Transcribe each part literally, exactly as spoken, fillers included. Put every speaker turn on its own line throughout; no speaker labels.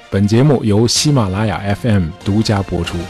本节目由喜马拉雅 F M 独家播出。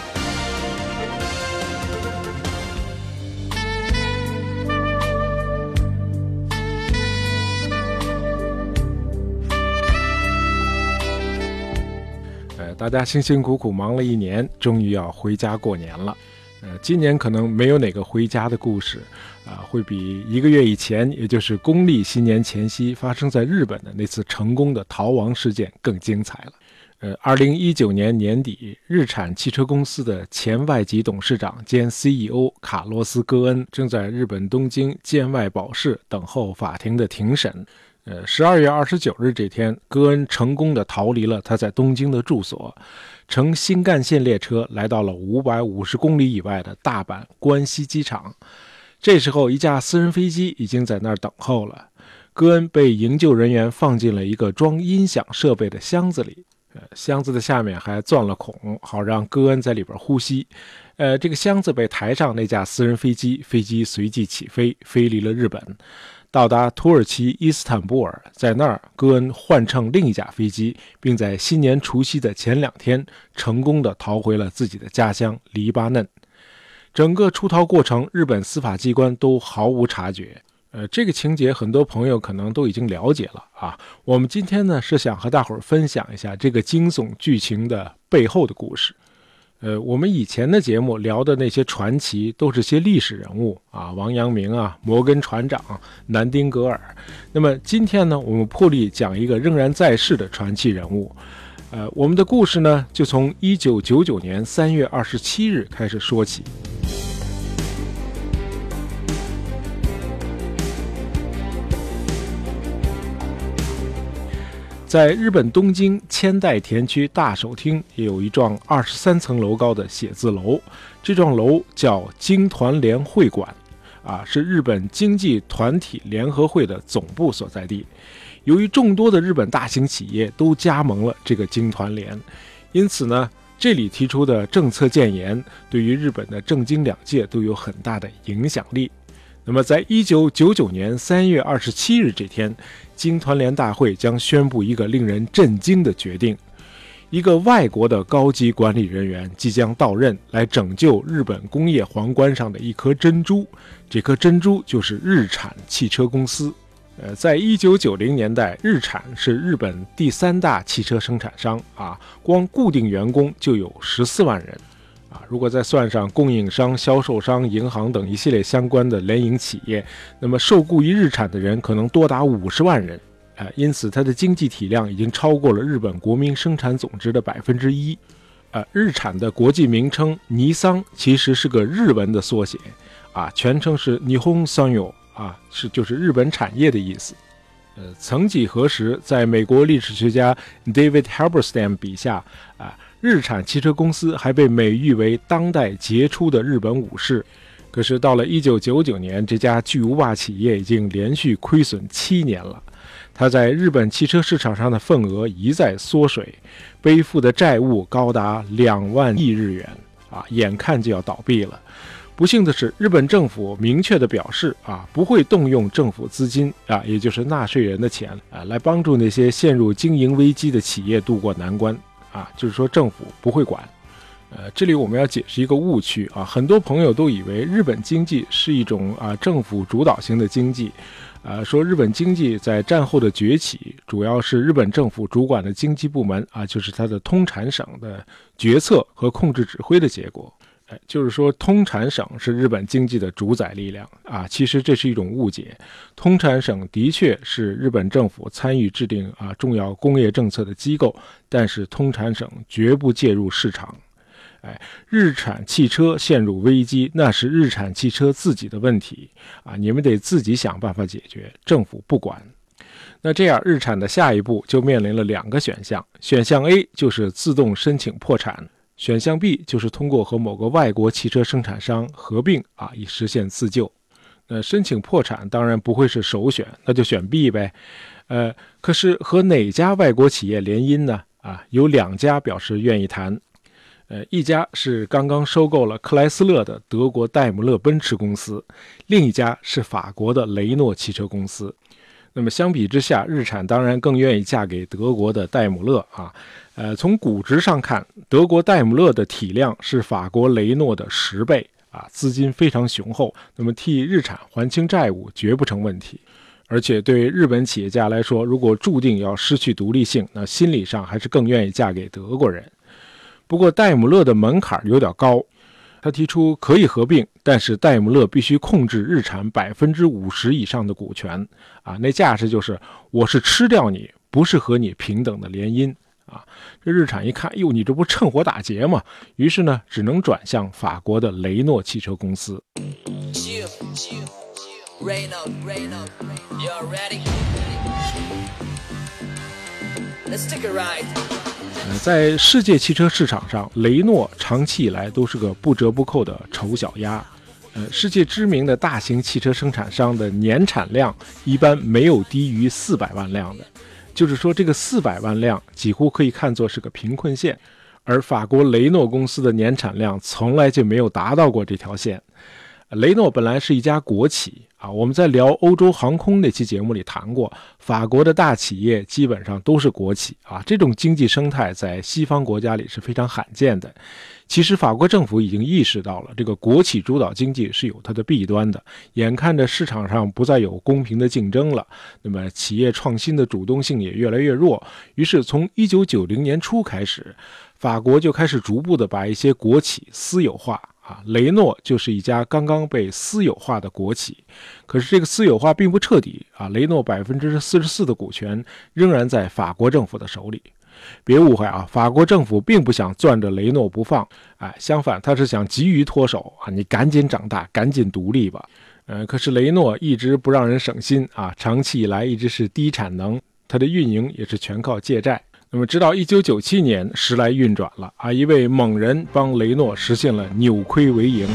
呃，大家辛辛苦苦忙了一年，终于要回家过年了。呃，今年可能没有哪个回家的故事啊、呃，会比一个月以前，也就是公历新年前夕发生在日本的那次成功的逃亡事件更精彩了。呃，二零一九年年底，日产汽车公司的前外籍董事长兼 C E O 卡洛斯·戈恩正在日本东京建外保释等候法庭的庭审。呃，十二月二十九日这天，戈恩成功的逃离了他在东京的住所，乘新干线列车来到了五百五十公里以外的大阪关西机场。这时候，一架私人飞机已经在那儿等候了。戈恩被营救人员放进了一个装音响设备的箱子里。呃，箱子的下面还钻了孔，好让戈恩在里边呼吸。呃，这个箱子被抬上那架私人飞机，飞机随即起飞，飞离了日本，到达土耳其伊斯坦布尔。在那儿，戈恩换乘另一架飞机，并在新年除夕的前两天，成功的逃回了自己的家乡黎巴嫩。整个出逃过程，日本司法机关都毫无察觉。呃，这个情节很多朋友可能都已经了解了啊。我们今天呢是想和大伙儿分享一下这个惊悚剧情的背后的故事。呃，我们以前的节目聊的那些传奇都是些历史人物啊，王阳明啊，摩根船长，南丁格尔。那么今天呢，我们破例讲一个仍然在世的传奇人物。呃，我们的故事呢就从一九九九年三月二十七日开始说起。在日本东京千代田区大手町也有一幢二十三层楼高的写字楼，这幢楼叫经团联会馆，啊，是日本经济团体联合会的总部所在地。由于众多的日本大型企业都加盟了这个经团联，因此呢，这里提出的政策建言对于日本的政经两界都有很大的影响力。那么在一九九九年三月二十七日这天，经团联大会将宣布一个令人震惊的决定：一个外国的高级管理人员即将到任，来拯救日本工业皇冠上的一颗珍珠。这颗珍珠就是日产汽车公司。呃，在一九九零年代，日产是日本第三大汽车生产商啊，光固定员工就有十四万人。啊，如果再算上供应商、销售商、银行等一系列相关的联营企业，那么受雇于日产的人可能多达五十万人。啊，因此它的经济体量已经超过了日本国民生产总值的百分之一。啊，日产的国际名称尼桑其实是个日文的缩写，啊，全称是日本産業，啊，是就是日本产业的意思。呃，曾几何时，在美国历史学家 David Halberstam 笔下，啊。日产汽车公司还被美誉为当代杰出的日本武士。可是到了一九九九年，这家巨无霸企业已经连续亏损七年了。它在日本汽车市场上的份额一再缩水，背负的债务高达两万亿日元啊，眼看就要倒闭了。不幸的是，日本政府明确地表示啊，不会动用政府资金啊，也就是纳税人的钱啊，来帮助那些陷入经营危机的企业渡过难关。啊，就是说政府不会管。呃，这里我们要解释一个误区啊，很多朋友都以为日本经济是一种啊政府主导型的经济，啊，说日本经济在战后的崛起，主要是日本政府主管的经济部门啊，就是它的通产省的决策和控制指挥的结果。哎，就是说通产省是日本经济的主宰力量啊，其实这是一种误解。通产省的确是日本政府参与制定啊重要工业政策的机构，但是通产省绝不介入市场。哎，日产汽车陷入危机，那是日产汽车自己的问题啊，你们得自己想办法解决，政府不管。那这样，日产的下一步就面临了两个选项，选项 A 就是自动申请破产。选项 B 就是通过和某个外国汽车生产商合并啊，以实现自救。呃，申请破产当然不会是首选，那就选 B 呗。呃，可是和哪家外国企业联姻呢？啊，有两家表示愿意谈。呃，一家是刚刚收购了克莱斯勒的德国戴姆勒奔驰公司，另一家是法国的雷诺汽车公司。 那么相比之下，日产当然更愿意嫁给德国的戴姆勒啊。呃，从估值上看，德国戴姆勒的体量是法国雷诺的十倍啊，资金非常雄厚，那么替日产还清债务绝不成问题。而且对日本企业家来说，如果注定要失去独立性，那心理上还是更愿意嫁给德国人。不过戴姆勒的门槛有点高，他提出可以合并，但是戴姆勒必须控制日产百分之五十以上的股权啊，那架势就是我是吃掉你，不是和你平等的联姻啊。这日产一看，哟，你这不趁火打劫吗？于是呢，只能转向法国的雷诺汽车公司。Renault, Renault, you're ready? Let's take a ride. 在世界汽车市场上，雷诺长期以来都是个不折不扣的丑小鸭。呃，世界知名的大型汽车生产商的年产量一般没有低于四百万辆的，就是说这个四百万辆几乎可以看作是个贫困线，而法国雷诺公司的年产量从来就没有达到过这条线。雷诺本来是一家国企啊，我们在聊欧洲航空那期节目里谈过，法国的大企业基本上都是国企啊，这种经济生态在西方国家里是非常罕见的。其实法国政府已经意识到了这个国企主导经济是有它的弊端的，眼看着市场上不再有公平的竞争了，那么企业创新的主动性也越来越弱，于是从一九九零年初开始，法国就开始逐步的把一些国企私有化啊，雷诺就是一家刚刚被私有化的国企，可是这个私有化并不彻底啊，雷诺百分之四十四的股权仍然在法国政府的手里。别误会啊，法国政府并不想攥着雷诺不放，哎，相反，他是想急于脱手啊，你赶紧长大，赶紧独立吧。呃，可是雷诺一直不让人省心啊，长期以来一直是低产能，它的运营也是全靠借债。那么直到一九九七年时来运转了啊，一位猛人帮雷诺实现了扭亏为盈。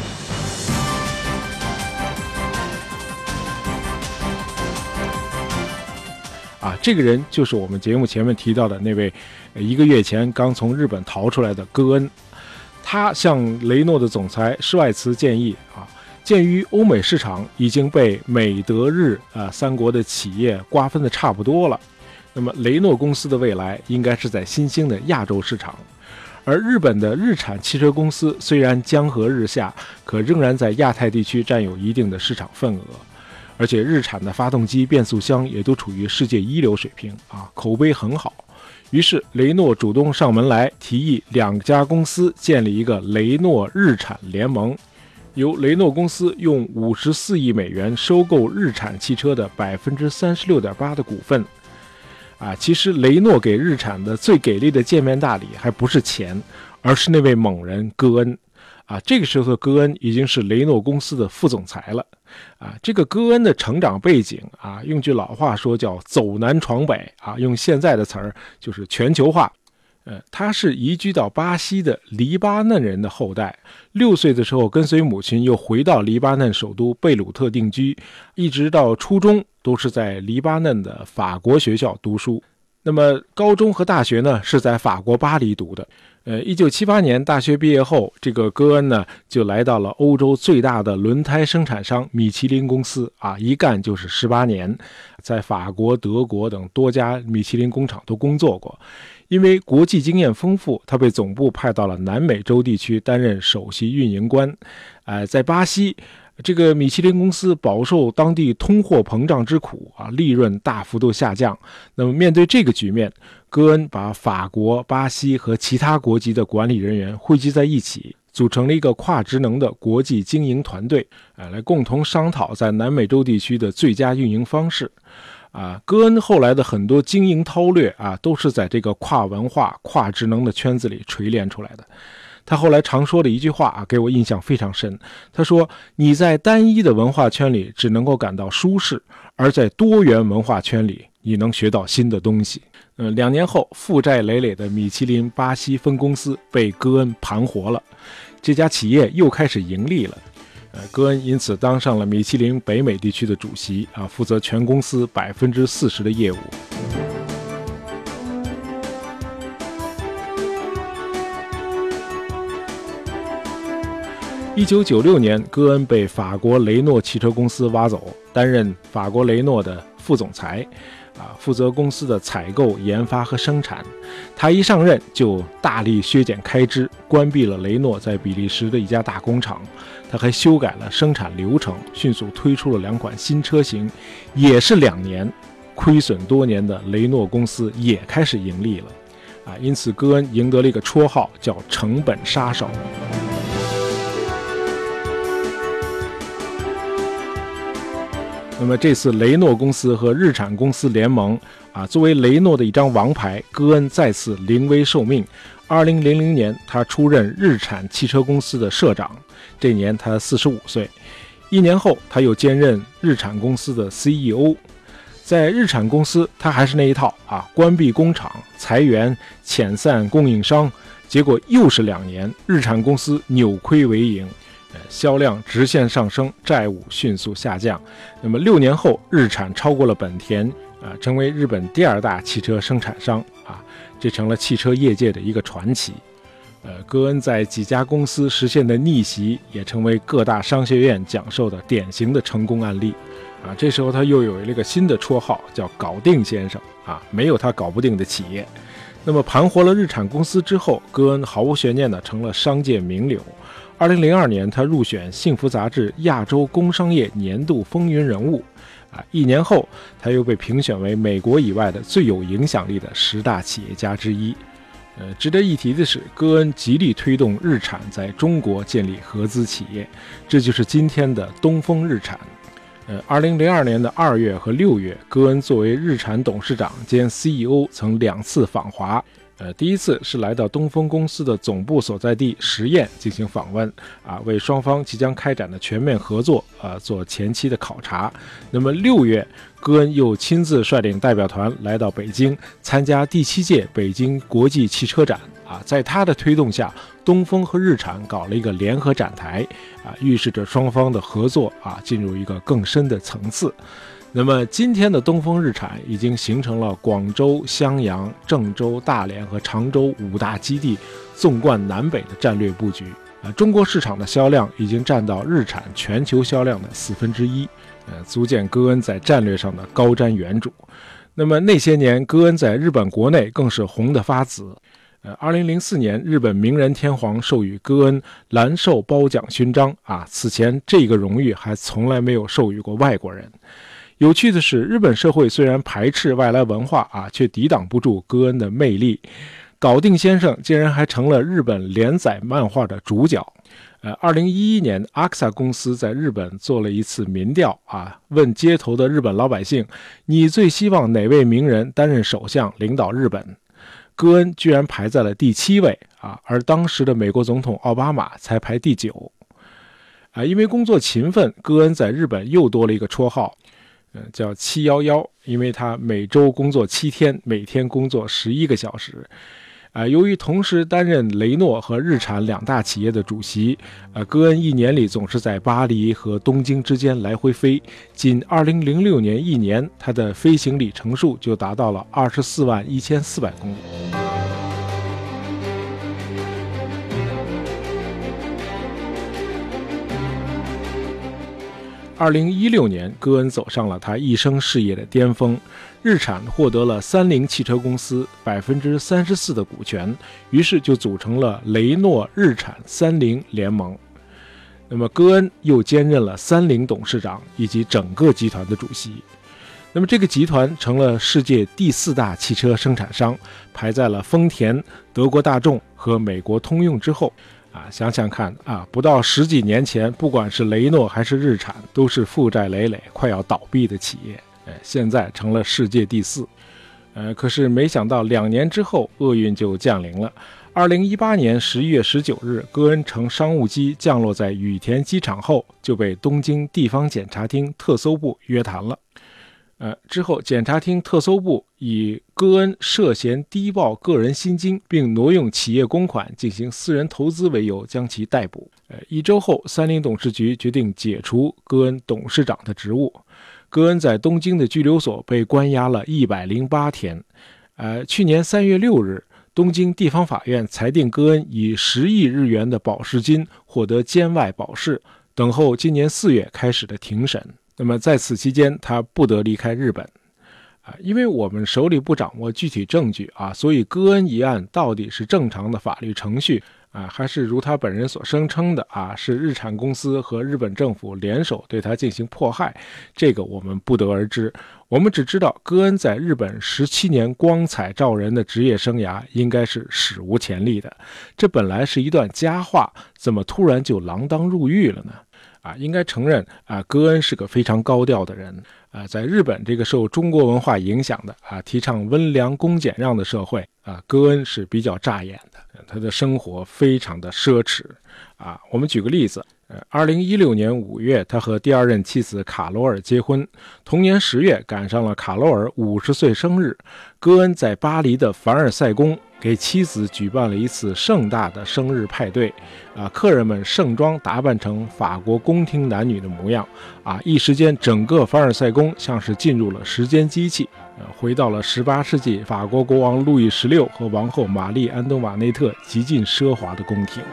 啊，这个人就是我们节目前面提到的那位一个月前刚从日本逃出来的戈恩。他向雷诺的总裁施外茨建议啊，鉴于欧美市场已经被美德日啊三国的企业瓜分的差不多了，那么雷诺公司的未来应该是在新兴的亚洲市场，而日本的日产汽车公司虽然江河日下，可仍然在亚太地区占有一定的市场份额。而且日产的发动机、变速箱也都处于世界一流水平啊，口碑很好。于是雷诺主动上门来，提议两家公司建立一个雷诺日产联盟，由雷诺公司用五十四亿美元收购日产汽车的百分之三十六点八的股份。啊，其实雷诺给日产的最给力的见面大礼还不是钱，而是那位猛人戈恩。啊，这个时候的戈恩已经是雷诺公司的副总裁了。啊，这个戈恩的成长背景啊，用句老话说叫走南闯北啊，用现在的词儿就是全球化。呃，他是移居到巴西的黎巴嫩人的后代，六岁的时候跟随母亲又回到黎巴嫩首都贝鲁特定居，一直到初中都是在黎巴嫩的法国学校读书。那么高中和大学呢是在法国巴黎读的。呃，一九七八年大学毕业后，这个戈恩呢就来到了欧洲最大的轮胎生产商米其林公司啊，一干就是十八年，在法国、德国等多家米其林工厂都工作过。因为国际经验丰富，他被总部派到了南美洲地区担任首席运营官。呃，在巴西，这个米其林公司饱受当地通货膨胀之苦啊，利润大幅度下降。那么面对这个局面，戈恩把法国、巴西和其他国籍的管理人员汇集在一起，组成了一个跨职能的国际经营团队，啊，来共同商讨在南美洲地区的最佳运营方式。啊，戈恩后来的很多经营韬略啊，都是在这个跨文化、跨职能的圈子里锤炼出来的。他后来常说的一句话啊，给我印象非常深。他说：“你在单一的文化圈里只能够感到舒适，而在多元文化圈里，你能学到新的东西。”呃，两年后，负债累累的米其林巴西分公司被戈恩盘活了，这家企业又开始盈利了。呃，戈恩因此当上了米其林北美地区的主席啊，负责全公司百分之四十的业务。一九九六年，戈恩被法国雷诺汽车公司挖走，担任法国雷诺的副总裁，啊，负责公司的采购、研发和生产。他一上任就大力削减开支，关闭了雷诺在比利时的一家大工厂。他还修改了生产流程，迅速推出了两款新车型。也是两年，亏损多年的雷诺公司也开始盈利了。啊，因此戈恩赢得了一个绰号，叫成本杀手。那么这次雷诺公司和日产公司联盟啊，作为雷诺的一张王牌，戈恩再次临危受命。二零零零年，他出任日产汽车公司的社长，这年他四十五岁。一年后，他又兼任日产公司的 C E O。在日产公司，他还是那一套啊，关闭工厂、裁员、遣散供应商，结果又是两年，日产公司扭亏为盈。销量直线上升，债务迅速下降。那么六年后，日产超过了本田，啊，成为日本第二大汽车生产商啊，这成了汽车业界的一个传奇。呃，戈恩在几家公司实现的逆袭，也成为各大商学院讲授的典型的成功案例。啊，这时候他又有了一个新的绰号，叫“搞定先生”啊，没有他搞不定的企业。那么盘活了日产公司之后，戈恩毫无悬念地成了商界名流。二零零二年，他入选《幸福》杂志亚洲工商业年度风云人物。啊，一年后，他又被评选为美国以外的最有影响力的十大企业家之一。呃，值得一提的是，戈恩极力推动日产在中国建立合资企业，这就是今天的东风日产。呃，二零零二年的二月和六月，戈恩作为日产董事长兼 C E O 曾两次访华。呃，第一次是来到东风公司的总部所在地十堰进行访问，啊，为双方即将开展的全面合作啊做前期的考察。那么六月，戈恩又亲自率领代表团来到北京，参加第七届北京国际汽车展。啊，在他的推动下，东风和日产搞了一个联合展台，啊，预示着双方的合作啊进入一个更深的层次。那么今天的东风日产已经形成了广州、襄阳、郑州、大连和常州五大基地，纵贯南北的战略布局。呃，中国市场的销量已经占到日产全球销量的四分之一，呃，足见戈恩在战略上的高瞻远瞩。那么那些年，戈恩在日本国内更是红得发紫。呃，二零零四年，日本明仁天皇授予戈恩蓝绶褒奖勋章啊，此前这个荣誉还从来没有授予过外国人。有趣的是，日本社会虽然排斥外来文化啊，却抵挡不住戈恩的魅力。搞定先生竟然还成了日本连载漫画的主角。呃，二零一一年，阿克萨公司在日本做了一次民调啊，问街头的日本老百姓，你最希望哪位名人担任首相，领导日本？戈恩居然排在了第七位啊，而当时的美国总统奥巴马才排第九。啊，因为工作勤奋，戈恩在日本又多了一个绰号。呃，叫七一一，因为他每周工作七天，每天工作十一个小时。啊、呃，由于同时担任雷诺和日产两大企业的主席，呃，戈恩一年里总是在巴黎和东京之间来回飞。仅二零零六年一年，他的飞行里程数就达到了二十四万一千四百公里。二零一六年，戈恩走上了他一生事业的巅峰。日产获得了三菱汽车公司百分之三十四的股权，于是就组成了雷诺日产三菱联盟。那么，戈恩又兼任了三菱董事长以及整个集团的主席。那么，这个集团成了世界第四大汽车生产商，排在了丰田、德国大众和美国通用之后。啊，想想看啊，不到十几年前，不管是雷诺还是日产，都是负债累累、快要倒闭的企业。哎，现在成了世界第四。呃，可是没想到两年之后，厄运就降临了。二零一八年十一月十九日，戈恩乘商务机降落在羽田机场后，就被东京地方检察厅特搜部约谈了。呃，之后，检察厅特搜部以戈恩涉嫌低报个人薪金并挪用企业公款进行私人投资为由，将其逮捕。呃，一周后，三菱董事局决定解除戈恩董事长的职务。戈恩在东京的拘留所被关押了一百零八天。呃，去年三月六日，东京地方法院裁定戈恩以十亿日元的保释金获得监外保释，等候今年四月开始的庭审。 那么在此期间，他不得离开日本。啊，因为我们手里不掌握具体证据啊，所以戈恩一案到底是正常的法律程序啊，还是如他本人所声称的啊，是日产公司和日本政府联手对他进行迫害，这个我们不得而知。我们只知道戈恩在日本十七年光彩照人的职业生涯应该是史无前例的，这本来是一段佳话，怎么突然就锒铛入狱了呢？啊，应该承认啊，戈恩是个非常高调的人啊，在日本这个受中国文化影响的啊，提倡温良恭俭让的社会啊，戈恩是比较扎眼的，他的生活非常的奢侈啊。我们举个例子，呃，二零一六年五月，他和第二任妻子卡罗尔结婚，同年十月赶上了卡罗尔五十岁生日，戈恩在巴黎的凡尔赛宫给妻子举办了一次盛大的生日派对，啊，客人们盛装打扮成法国宫廷男女的模样，啊，一时间整个凡尔赛宫像是进入了时间机器，呃，回到了十八世纪法国国王路易十六和王后玛丽安东瓦内特极尽奢华的宫廷。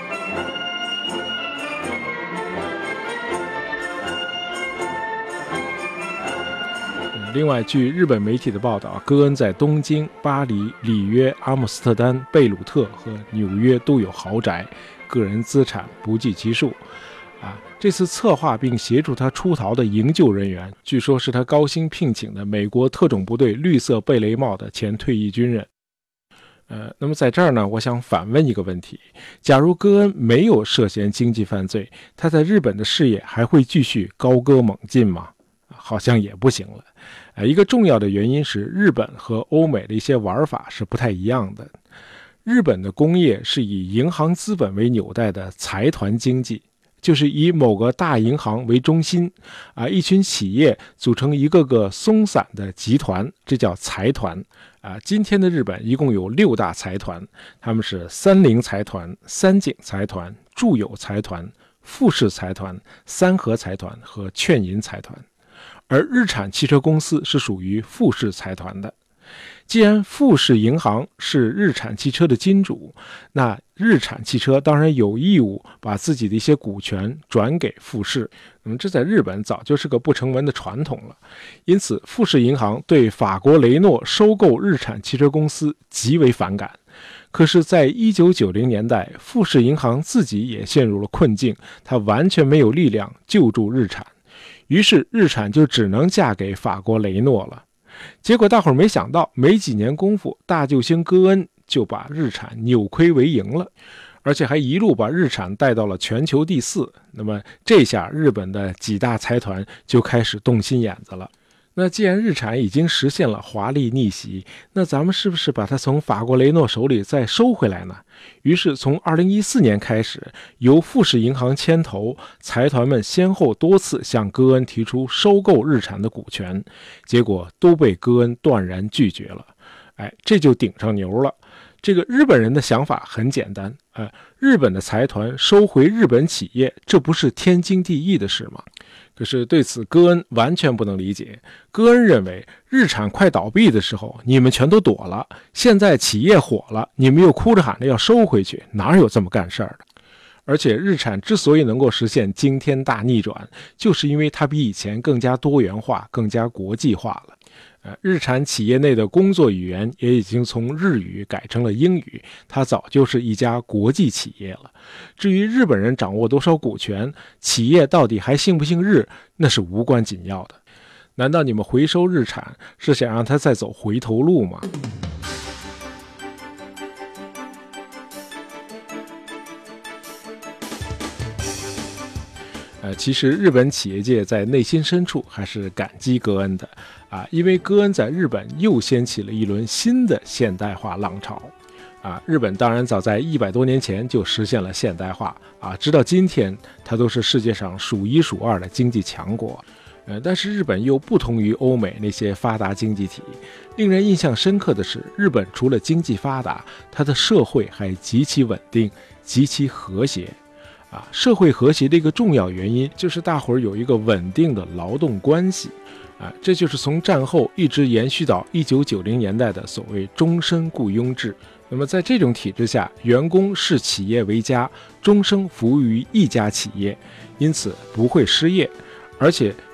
另外，据日本媒体的报道，戈恩在东京、巴黎、里约、阿姆斯特丹、贝鲁特和纽约都有豪宅，个人资产不计其数。啊，这次策划并协助他出逃的营救人员，据说是他高薪聘请的美国特种部队绿色贝雷帽的前退役军人。呃，那么在这儿呢，我想反问一个问题：假如戈恩没有涉嫌经济犯罪，他在日本的事业还会继续高歌猛进吗？好像也不行了。呃，一个重要的原因是日本和欧美的一些玩法是不太一样的。日本的工业是以银行资本为纽带的财团经济，就是以某个大银行为中心，啊，一群企业组成一个个松散的集团，这叫财团。啊，今天的日本一共有六大财团，他们是三菱财团、三井财团、住友财团、富士财团、三和财团和劝银财团。而日产汽车公司是属于富士财团的。既然富士银行是日产汽车的金主，那日产汽车当然有义务把自己的一些股权转给富士。那么这在日本早就是个不成文的传统了。因此，富士银行对法国雷诺收购日产汽车公司极为反感。可是在一九九零年代，富士银行自己也陷入了困境，它完全没有力量救助日产。于是日产就只能嫁给法国雷诺了。结果大伙儿没想到，没几年功夫，大救星戈恩就把日产扭亏为盈了，而且还一路把日产带到了全球第四。那么这下日本的几大财团就开始动心眼子了。那既然日产已经实现了华丽逆袭，那咱们是不是把它从法国雷诺手里再收回来呢？于是从二零一四年开始，由富士银行牵头，财团们先后多次向戈恩提出收购日产的股权，结果都被戈恩断然拒绝了。哎，这就顶上牛了。这个日本人的想法很简单，呃，日本的财团收回日本企业，这不是天经地义的事吗？可是对此戈恩完全不能理解。戈恩认为，日产快倒闭的时候你们全都躲了，现在企业火了，你们又哭着喊着要收回去，哪有这么干事儿的？而且日产之所以能够实现惊天大逆转，就是因为它比以前更加多元化，更加国际化了。呃，日产企业内的工作语言也已经从日语改成了英语，它早就是一家国际企业了。至于日本人掌握多少股权，企业到底还姓不姓日，那是无关紧要的。难道你们回收日产是想让它再走回头路吗？呃，其实日本企业界在内心深处还是感激戈恩的啊，因为戈恩在日本又掀起了一轮新的现代化浪潮啊。日本当然早在一百多年前就实现了现代化啊，直到今天它都是世界上数一数二的经济强国。呃，但是日本又不同于欧美那些发达经济体，令人印象深刻的是，日本除了经济发达，它的社会还极其稳定，极其和谐。啊，社会和谐的一个重要原因就是大伙儿有一个稳定的劳动关系，啊，这就是从战后一直延续到一九九零年代的所谓终身雇佣制。那么在这种体制下，员工视企业为家，终生服务于一家企业，因此不会失业，而且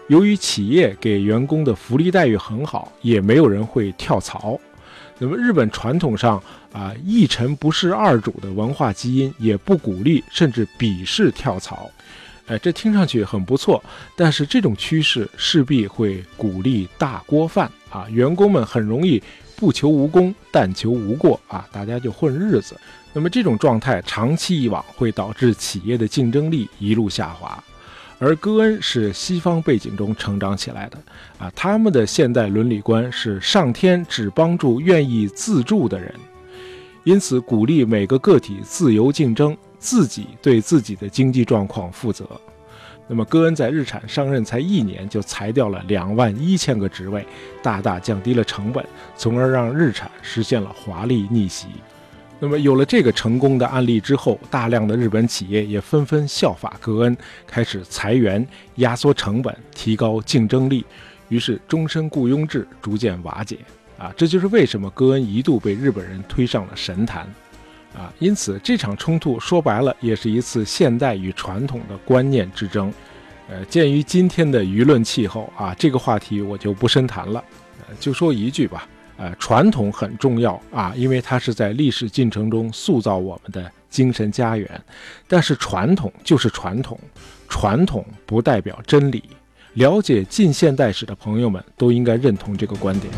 由于企业给员工的福利待遇很好，也没有人会跳槽。那么日本传统上啊，一臣不侍二主的文化基因也不鼓励甚至鄙视跳槽。哎，这听上去很不错，但是这种趋势势必会鼓励大锅饭啊，员工们很容易不求无功，但求无过啊，大家就混日子。那么这种状态长期以往会导致企业的竞争力一路下滑。而戈恩是西方背景中成长起来的啊，他们的现代伦理观是上天只帮助愿意自助的人，因此鼓励每个个体自由竞争，自己对自己的经济状况负责。那么戈恩在日产上任才一年就裁掉了两万一千个职位，大大降低了成本，从而让日产实现了华丽逆袭。那么有了这个成功的案例之后，大量的日本企业也纷纷效法戈恩，开始裁员、压缩成本、提高竞争力，于是终身雇佣制逐渐瓦解啊，这就是为什么戈恩一度被日本人推上了神坛啊。因此这场冲突说白了也是一次现代与传统的观念之争。呃，鉴于今天的舆论气候啊，这个话题我就不深谈了，呃，就说一句吧。呃，传统很重要啊，因为它是在历史进程中塑造我们的精神家园。但是传统就是传统，传统不代表真理。了解近现代史的朋友们都应该认同这个观点。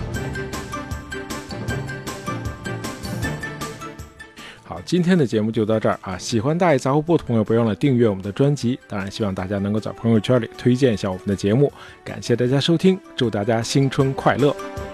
好，今天的节目就到这儿啊！喜欢大爷杂货铺的朋友，别忘了订阅我们的专辑。当然，希望大家能够在朋友圈里推荐一下我们的节目。感谢大家收听，祝大家新春快乐！